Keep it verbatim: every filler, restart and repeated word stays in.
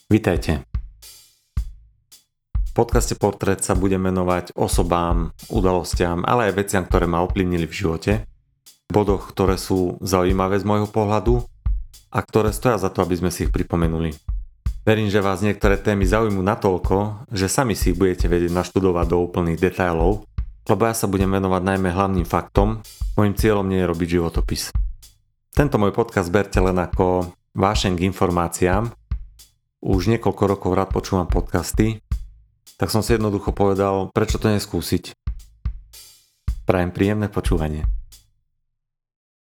Vítajte. V podcaste Portrét sa budem venovať osobám, udalostiam, ale aj veciam, ktoré ma ovplyvnili v živote, bodoch, ktoré sú zaujímavé z môjho pohľadu a ktoré stoja za to, aby sme si ich pripomenuli. Verím, že vás niektoré témy zaujímu natoľko, že sami si ich budete vedieť naštudovať do úplných detailov, lebo ja sa budem venovať najmä hlavným faktom, môjim cieľom nie je robiť životopis. Tento môj podcast berte len ako vášeň k informáciám. Už niekoľko rokov rád počúvam podcasty, tak som si jednoducho povedal, prečo to neskúsiť. Prajem príjemné počúvanie.